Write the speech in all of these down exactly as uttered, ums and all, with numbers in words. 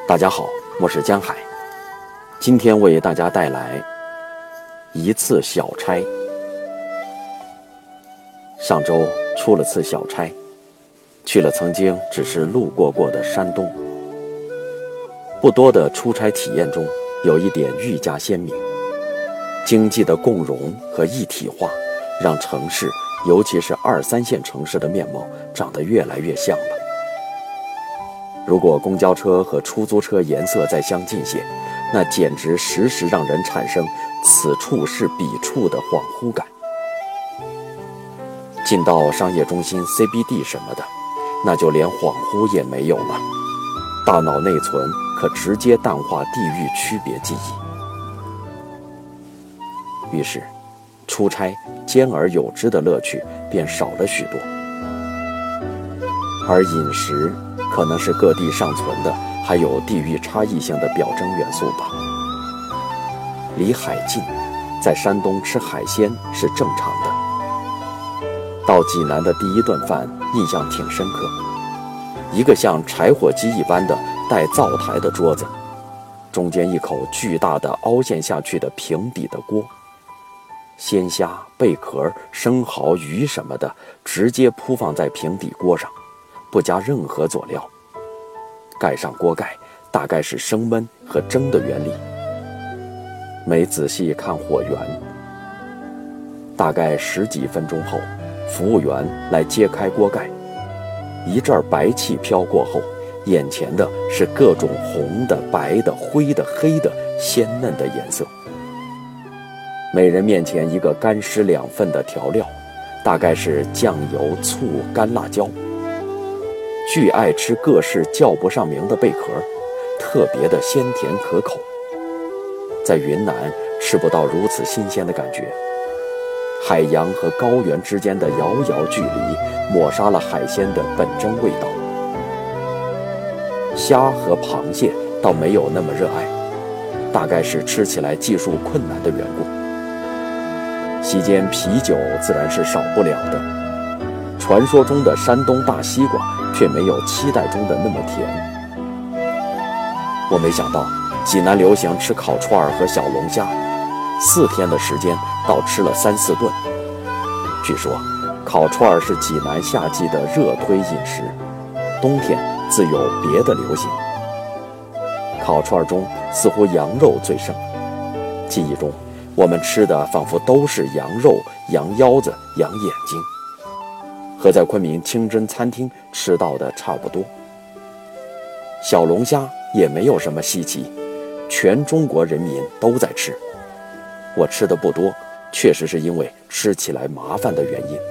大家好，我是江海，今天为大家带来一次小差。上周出了次小差，去了曾经只是路过过的山东。不多的出差体验中，有一点愈加鲜明，经济的共融和一体化，让城市，尤其是二三线城市的面貌长得越来越像了。如果公交车和出租车颜色再相近些，那简直时时让人产生此处是彼处的恍惚感。进到商业中心 C B D 什么的，那就连恍惚也没有了，大脑内存可直接淡化地域区别记忆。于是出差兼而有之的乐趣便少了许多。而饮食可能是各地尚存的还有地域差异性的表征元素吧。离海近，在山东吃海鲜是正常的。到济南的第一顿饭印象挺深刻，一个像柴火机一般的带灶台的桌子，中间一口巨大的凹陷下去的平底的锅，鲜虾、贝壳、生蚝、鱼什么的直接铺放在平底锅上，不加任何佐料，盖上锅盖，大概是升温和蒸的原理。没仔细看火源，大概十几分钟后，服务员来揭开锅盖，一阵白气飘过后，眼前的是各种红的、白的、灰的、黑的鲜嫩的颜色。每人面前一个干湿两份的调料，大概是酱油、醋、干辣椒。巨爱吃各式叫不上名的贝壳，特别的鲜甜可口。在云南吃不到如此新鲜的感觉，海洋和高原之间的遥遥距离抹杀了海鲜的本真味道。虾和螃蟹倒没有那么热爱，大概是吃起来技术困难的缘故。席间啤酒自然是少不了的，传说中的山东大西瓜却没有期待中的那么甜。我没想到济南流行吃烤串儿和小龙虾，四天的时间倒吃了三四顿。据说烤串儿是济南夏季的热推饮食，冬天自有别的流行。烤串中似乎羊肉最盛，记忆中我们吃的仿佛都是羊肉、羊腰子、羊眼睛，和在昆明清真餐厅吃到的差不多。小龙虾也没有什么稀奇，全中国人民都在吃。我吃的不多，确实是因为吃起来麻烦的原因。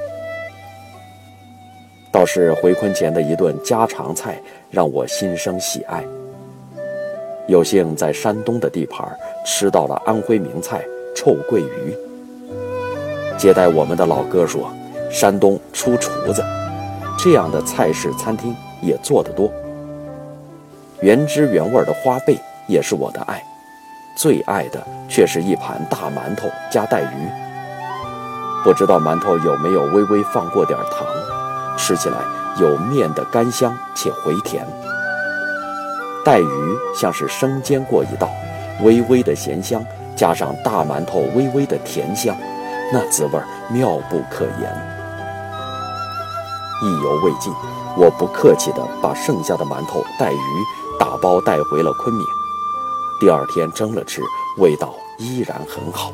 倒是回昆前的一顿家常菜让我心生喜爱。有幸在山东的地盘吃到了安徽名菜臭鳜鱼。接待我们的老哥说，山东出厨子，这样的菜式餐厅也做得多。原汁原味的花贝也是我的爱，最爱的却是一盘大馒头加带鱼。不知道馒头有没有微微放过点糖，吃起来有面的干香且回甜。带鱼像是生煎过一道，微微的咸香加上大馒头微微的甜香，那滋味妙不可言。意犹未尽，我不客气地把剩下的馒头带鱼打包带回了昆明。第二天蒸了吃，味道依然很好。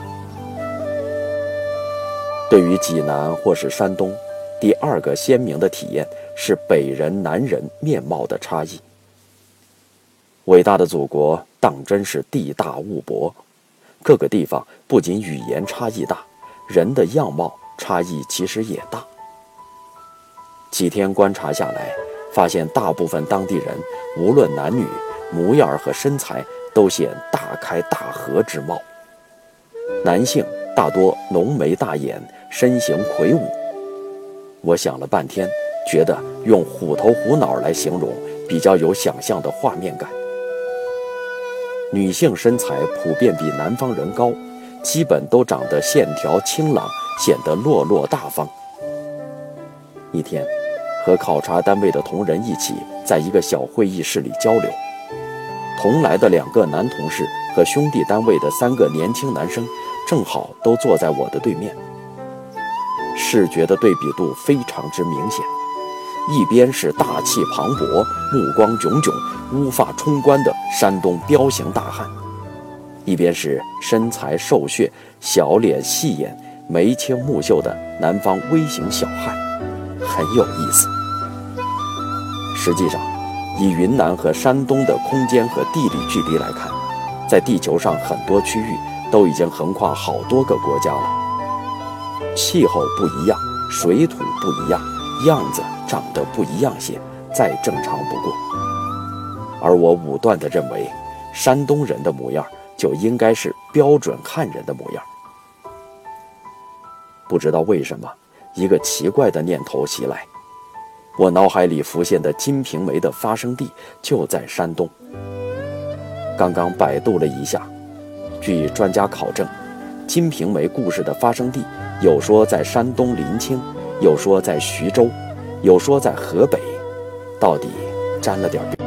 对于济南或是山东，第二个鲜明的体验是北人南人面貌的差异。伟大的祖国当真是地大物博，各个地方不仅语言差异大，人的样貌差异其实也大。几天观察下来，发现大部分当地人无论男女，模样和身材都显大开大合之貌。男性大多浓眉大眼，身形魁梧。我想了半天，觉得用虎头虎脑来形容比较有想象的画面感。女性身材普遍比南方人高，基本都长得线条清朗，显得落落大方。一天和考察单位的同仁一起在一个小会议室里交流， 同来的两个男同事和兄弟单位的三个年轻男生，正好都坐在我的对面。视觉的对比度非常之明显，一边是大气磅礴、目光炯炯、乌发冲冠的山东彪形大汉，一边是身材瘦削、小脸细眼、眉清目秀的南方微型小汉，很有意思。实际上，以云南和山东的空间和地理距离来看，在地球上很多区域都已经横跨好多个国家了。气候不一样，水土不一样，样子长得不一样些，再正常不过。而我武断地认为，山东人的模样就应该是标准汉人的模样。不知道为什么，一个奇怪的念头袭来，我脑海里浮现的《金瓶梅》的发生地就在山东。刚刚百度了一下，据专家考证，《金瓶梅》故事的发生地有说在山东临清，有说在徐州，有说在河北，到底沾了点边。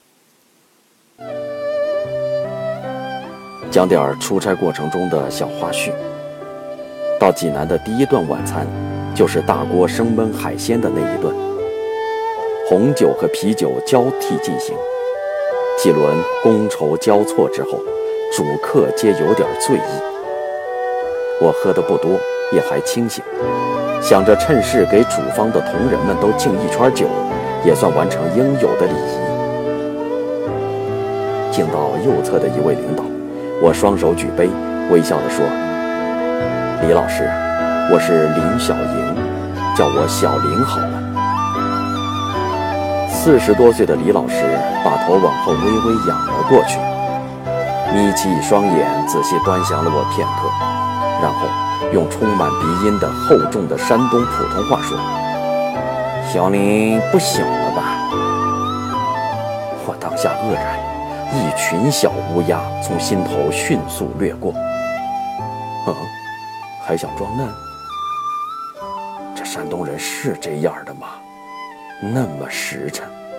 讲点出差过程中的小花絮。到济南的第一顿晚餐，就是大锅生焖海鲜的那一顿。红酒和啤酒交替进行，几轮觥筹交错之后，主客皆有点醉意。我喝得不多，也还清醒，想着趁势给主方的同仁们都敬一圈酒，也算完成应有的礼仪。敬到右侧的一位领导，我双手举杯，微笑地说：“李老师，我是林小莹，叫我小林好了。”四十多岁的李老师把头往后微微仰了过去，眯起一双眼，仔细端详了我片刻，然后用充满鼻音的厚重的山东普通话说：“小林不醒了吧？”我当下愕然，一群小乌鸦从心头迅速掠过。嗯，还想装嫩？这山东人是这样的吗？那么实诚。